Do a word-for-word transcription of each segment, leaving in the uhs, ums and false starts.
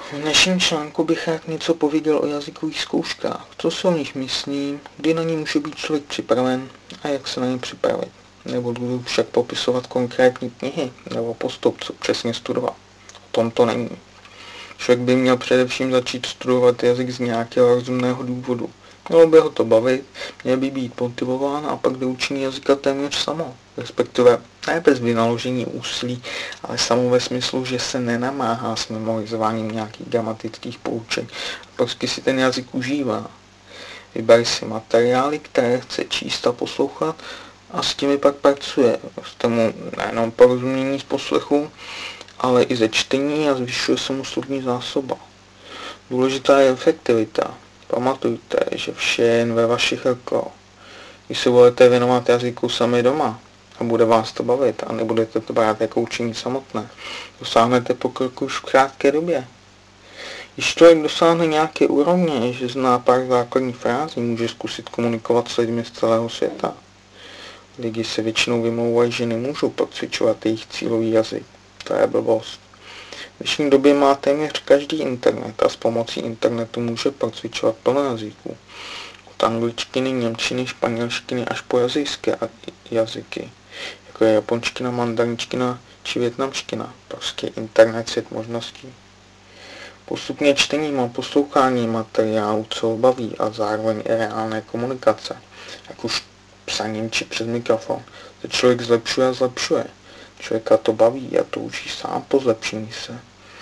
V dnešním článku bych rád něco pověděl o jazykových zkouškách, co si o nich myslím, kdy na ně může být člověk připraven a jak se na ně připravit. Nebudu však popisovat konkrétní knihy nebo postup, co přesně studovat. O tom to není. Člověk by měl především začít studovat jazyk z nějakého rozumného důvodu. Mělo by ho to bavit, měl by být motivován a pak do učení jazyka téměř samo. Respektive ne bez vynaložení úsilí, ale samo ve smyslu, že se nenamáhá s memorizováním nějakých gramatických poučení. Prostě si ten jazyk užívá. Vyber si materiály, které chce číst a poslouchat a s těmi pak pracuje. S tomu nejenom porozumění z poslechu, ale i ze čtení a zvyšuje se mu slovní zásoba. Důležitá je efektivita. Pamatujte, že vše je jen ve vašich rukou. Když se budete věnovat jazyku sami doma a bude vás to bavit a nebudete to brát jako učení samotné, dosáhnete pokroku už v krátké době. Když člověk dosáhne nějaké úrovně, že zná pár základních frází, může zkusit komunikovat s lidmi z celého světa. Lidi se většinou vymlouvají, že nemůžou procvičovat jejich cílový jazyk. To je blbost. V dnešní době má téměř každý internet a s pomocí internetu může procvičovat plno jazyků. Od angličtiny, němčiny, španělštiny až po jazyjské jazyky, jako je japonština, mandarinština či větnamština. Prostě internet svět možností. Postupně čtením a poslouchání materiálu, co ho baví a zároveň i reálné komunikace, jak už psaním či přes mikrofon, se člověk zlepšuje a zlepšuje. Člověka to baví a to učí sám po zlepšení se.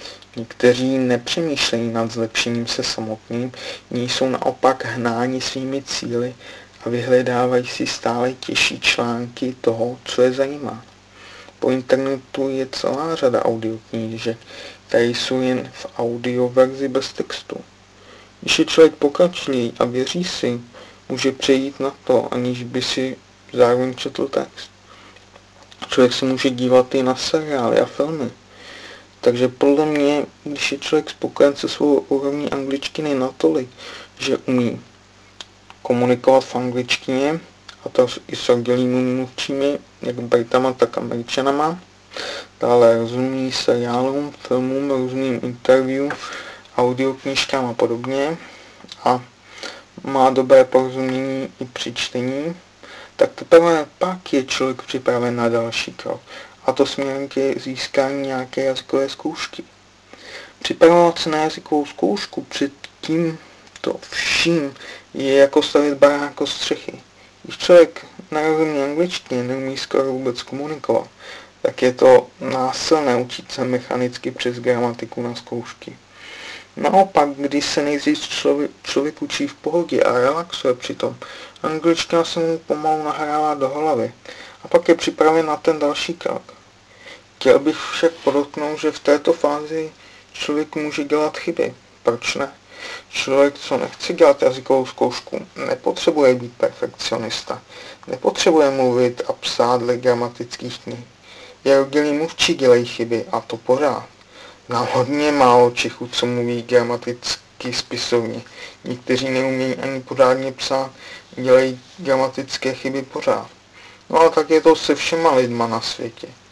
Někteří nepřemýšlejí nad zlepšením se samotným, ní jsou naopak hnáni svými cíli a vyhledávají si stále těžší články toho, co je zajímá. Po internetu je celá řada audioknížek, které jsou jen v audio verzi bez textu. Když je člověk pokročilý a věří si, může přejít na to, aniž by si zároveň četl text. Člověk se může dívat i na seriály a filmy. Takže podle mě, když je člověk spokojen se svou úrovní angličtiny natolik, že umí komunikovat v angličtině, a to i s oddělými mluvčími, jak Britama, tak Američanama, dále rozumí seriálům, filmům, různým interview, audioknížkám a podobně a má dobré porozumění i při čtení, tak teprve pak je člověk připraven na další krok, a to směrem k získání nějaké jazykové zkoušky. Připravovat se na jazykovou zkoušku před tímto vším je jako stavit barák o střechy. Když člověk nerozumí angličtině, neumí skoro vůbec komunikovat, tak je to násilné učit se mechanicky přes gramatiku na zkoušky. Naopak, když se nejdřív člověk, člověk učí v pohodě a relaxuje přitom, angličtina se mu pomalu nahrává do hlavy a pak je připraven na ten další krok. Chtěl bych však podotknout, že v této fázi člověk může dělat chyby. Proč ne? Člověk, co nechce dělat jazykovou zkoušku, nepotřebuje být perfekcionista, nepotřebuje mluvit a psát dle gramatických knih. Je oddělí mluvčí dělají chyby a to pořád. Znám hodně málo Čechů, co mluví gramaticky spisovně. Někteří neumějí ani pořádně psát, dělají gramatické chyby pořád. No a tak je to se všema lidma na světě.